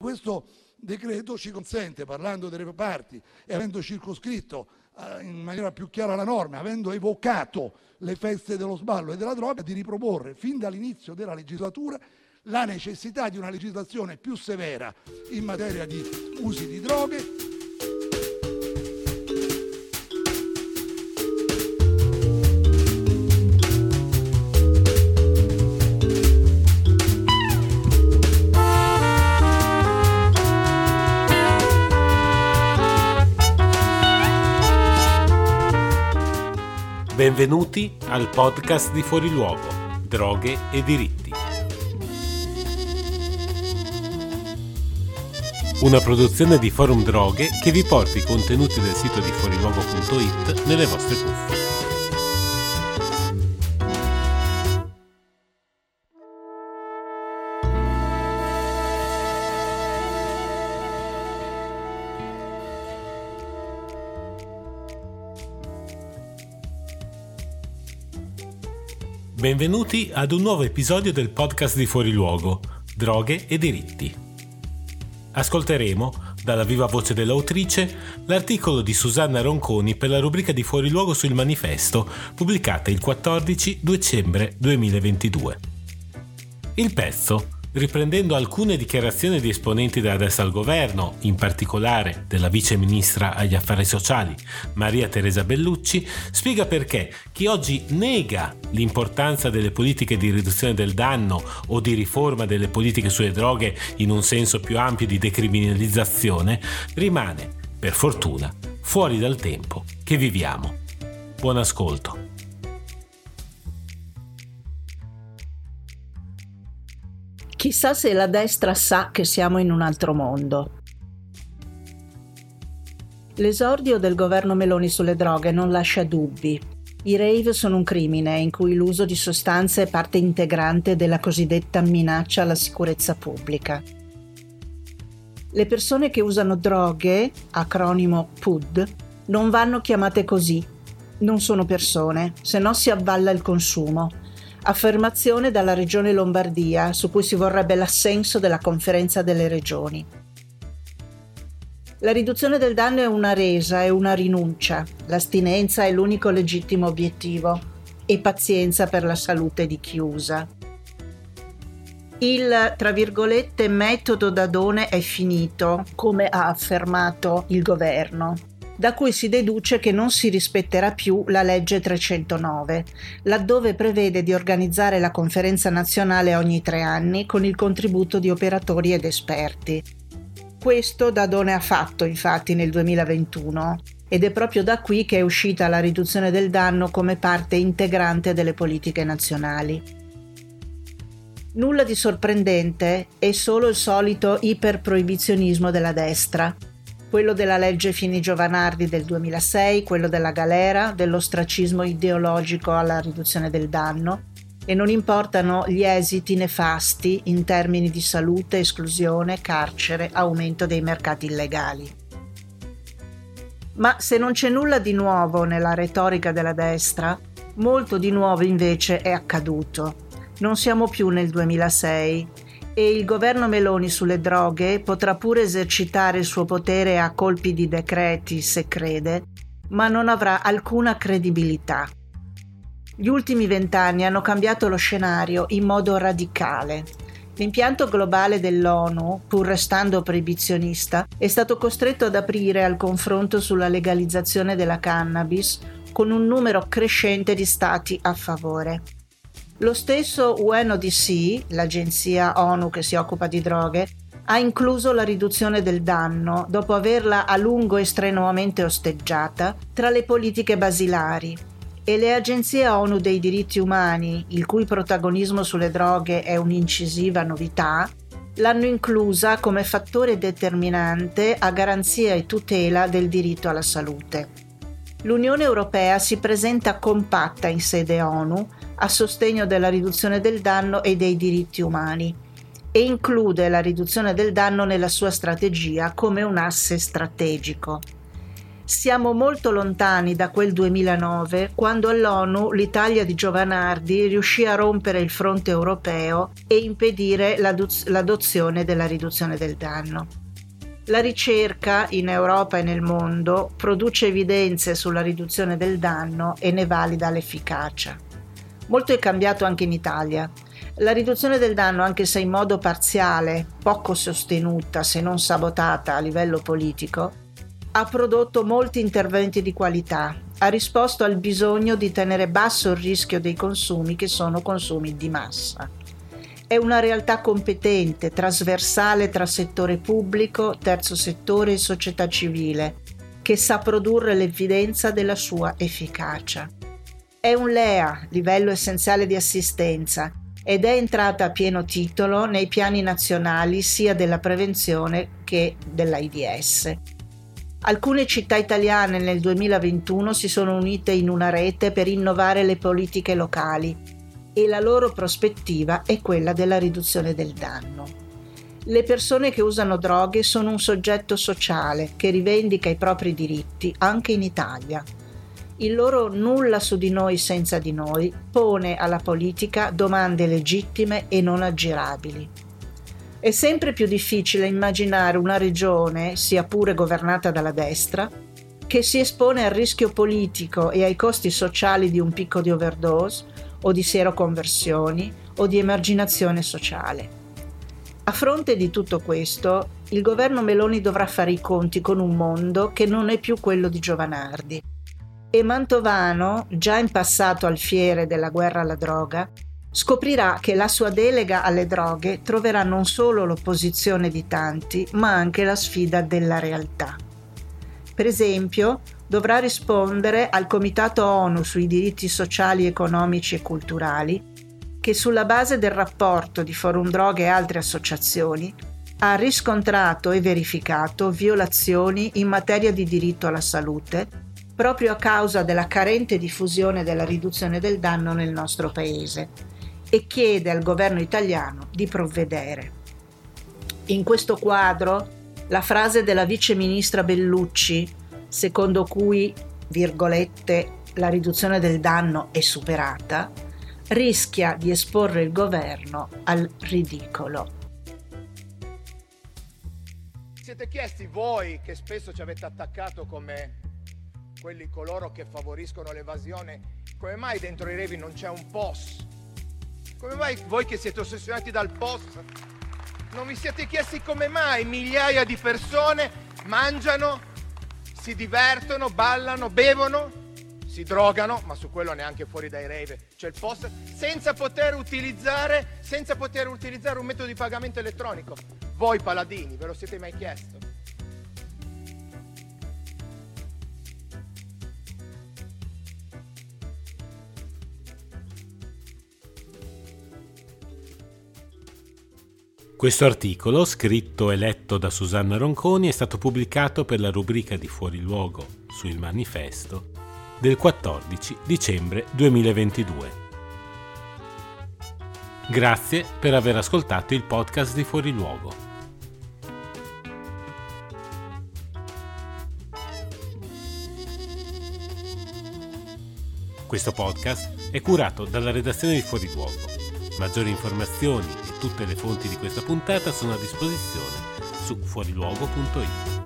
questo decreto ci consente, parlando delle reparti e avendo circoscritto in maniera più chiara la norma, avendo evocato le feste dello sballo e della droga, di riproporre fin dall'inizio della legislatura la necessità di una legislazione più severa in materia di usi di droghe. Benvenuti al podcast di Fuori Luogo, Droghe e Diritti. Una produzione di Forum Droghe che vi porta i contenuti del sito di fuoriluogo.it nelle vostre cuffie. Benvenuti ad un nuovo episodio del podcast di Fuori Luogo, Droghe e Diritti. Ascolteremo, dalla viva voce dell'autrice, l'articolo di Susanna Ronconi per la rubrica di Fuori Luogo sul Manifesto, pubblicata il 14 dicembre 2022. Il pezzo, riprendendo alcune dichiarazioni di esponenti della destra al governo, in particolare della vice ministra agli affari sociali Maria Teresa Bellucci, spiega perché chi oggi nega l'importanza delle politiche di riduzione del danno o di riforma delle politiche sulle droghe in un senso più ampio di decriminalizzazione rimane, per fortuna, fuori dal tempo che viviamo. Buon ascolto. Chissà se la destra sa che siamo in un altro mondo. L'esordio del governo Meloni sulle droghe non lascia dubbi. I rave sono un crimine in cui l'uso di sostanze è parte integrante della cosiddetta minaccia alla sicurezza pubblica. Le persone che usano droghe, acronimo PUD, non vanno chiamate così. Non sono persone, se no si avvalla il consumo. Affermazione dalla Regione Lombardia, su cui si vorrebbe l'assenso della Conferenza delle Regioni. La riduzione del danno è una resa, è una rinuncia. L'astinenza è l'unico legittimo obiettivo. E pazienza per la salute di chi usa. Il, tra virgolette, metodo Dadone è finito, come ha affermato il governo, da cui si deduce che non si rispetterà più la legge 309, laddove prevede di organizzare la conferenza nazionale ogni 3 anni con il contributo di operatori ed esperti. Questo Dadone ha fatto infatti nel 2021 ed è proprio da qui che è uscita la riduzione del danno come parte integrante delle politiche nazionali. Nulla di sorprendente, è solo il solito iperproibizionismo della destra. Quello della legge Fini-Giovanardi del 2006, quello della galera, dell'ostracismo ideologico alla riduzione del danno, e non importano gli esiti nefasti in termini di salute, esclusione, carcere, aumento dei mercati illegali. Ma se non c'è nulla di nuovo nella retorica della destra, molto di nuovo invece è accaduto. Non siamo più nel 2006, e il governo Meloni sulle droghe potrà pure esercitare il suo potere a colpi di decreti, se crede, ma non avrà alcuna credibilità. Gli ultimi 20 anni hanno cambiato lo scenario in modo radicale. L'impianto globale dell'ONU, pur restando proibizionista, è stato costretto ad aprire al confronto sulla legalizzazione della cannabis con un numero crescente di stati a favore. Lo stesso UNODC, l'agenzia ONU che si occupa di droghe, ha incluso la riduzione del danno, dopo averla a lungo e strenuamente osteggiata, tra le politiche basilari, e le agenzie ONU dei diritti umani, il cui protagonismo sulle droghe è un'incisiva novità, l'hanno inclusa come fattore determinante a garanzia e tutela del diritto alla salute. L'Unione Europea si presenta compatta in sede ONU a sostegno della riduzione del danno e dei diritti umani e include la riduzione del danno nella sua strategia come un asse strategico. Siamo molto lontani da quel 2009, quando all'ONU l'Italia di Giovanardi riuscì a rompere il fronte europeo e impedire l'adozione della riduzione del danno. La ricerca in Europa e nel mondo produce evidenze sulla riduzione del danno e ne valida l'efficacia. Molto è cambiato anche in Italia. La riduzione del danno, anche se in modo parziale, poco sostenuta se non sabotata a livello politico, ha prodotto molti interventi di qualità, ha risposto al bisogno di tenere basso il rischio dei consumi che sono consumi di massa. È una realtà competente, trasversale tra settore pubblico, terzo settore e società civile, che sa produrre l'evidenza della sua efficacia. È un LEA, livello essenziale di assistenza, ed è entrata a pieno titolo nei piani nazionali sia della prevenzione che dell'AIDS. Alcune città italiane nel 2021 si sono unite in una rete per innovare le politiche locali e la loro prospettiva è quella della riduzione del danno. Le persone che usano droghe sono un soggetto sociale che rivendica i propri diritti anche in Italia. Il loro nulla su di noi senza di noi pone alla politica domande legittime e non aggirabili. È sempre più difficile immaginare una regione, sia pure governata dalla destra, che si espone al rischio politico e ai costi sociali di un picco di overdose o di seroconversioni o di emarginazione sociale. A fronte di tutto questo, il governo Meloni dovrà fare i conti con un mondo che non è più quello di Giovanardi. E Mantovano, già in passato alfiere della guerra alla droga, scoprirà che la sua delega alle droghe troverà non solo l'opposizione di tanti, ma anche la sfida della realtà. Per esempio, dovrà rispondere al Comitato ONU sui diritti sociali, economici e culturali, che sulla base del rapporto di Forum Droghe e altre associazioni ha riscontrato e verificato violazioni in materia di diritto alla salute, proprio a causa della carente diffusione della riduzione del danno nel nostro Paese, e chiede al governo italiano di provvedere. In questo quadro, la frase della vice ministra Bellucci, secondo cui, virgolette, la riduzione del danno è superata, rischia di esporre il governo al ridicolo. Siete chiesti voi, che spesso ci avete attaccato come coloro che favoriscono l'evasione, come mai dentro i revi non c'è un POS? Come mai voi che siete ossessionati dal POS non vi siete chiesti come mai migliaia di persone mangiano, si divertono, ballano, bevono, si drogano, ma su quello neanche fuori dai rave c'è il POS, senza poter utilizzare un metodo di pagamento elettronico? Voi paladini, ve lo siete mai chiesto? Questo articolo, scritto e letto da Susanna Ronconi, è stato pubblicato per la rubrica di Fuori Luogo su Il Manifesto del 14 dicembre 2022. Grazie per aver ascoltato il podcast di Fuori Luogo. Questo podcast è curato dalla redazione di Fuori Luogo. Maggiori informazioni e tutte le fonti di questa puntata sono a disposizione su fuoriluogo.it.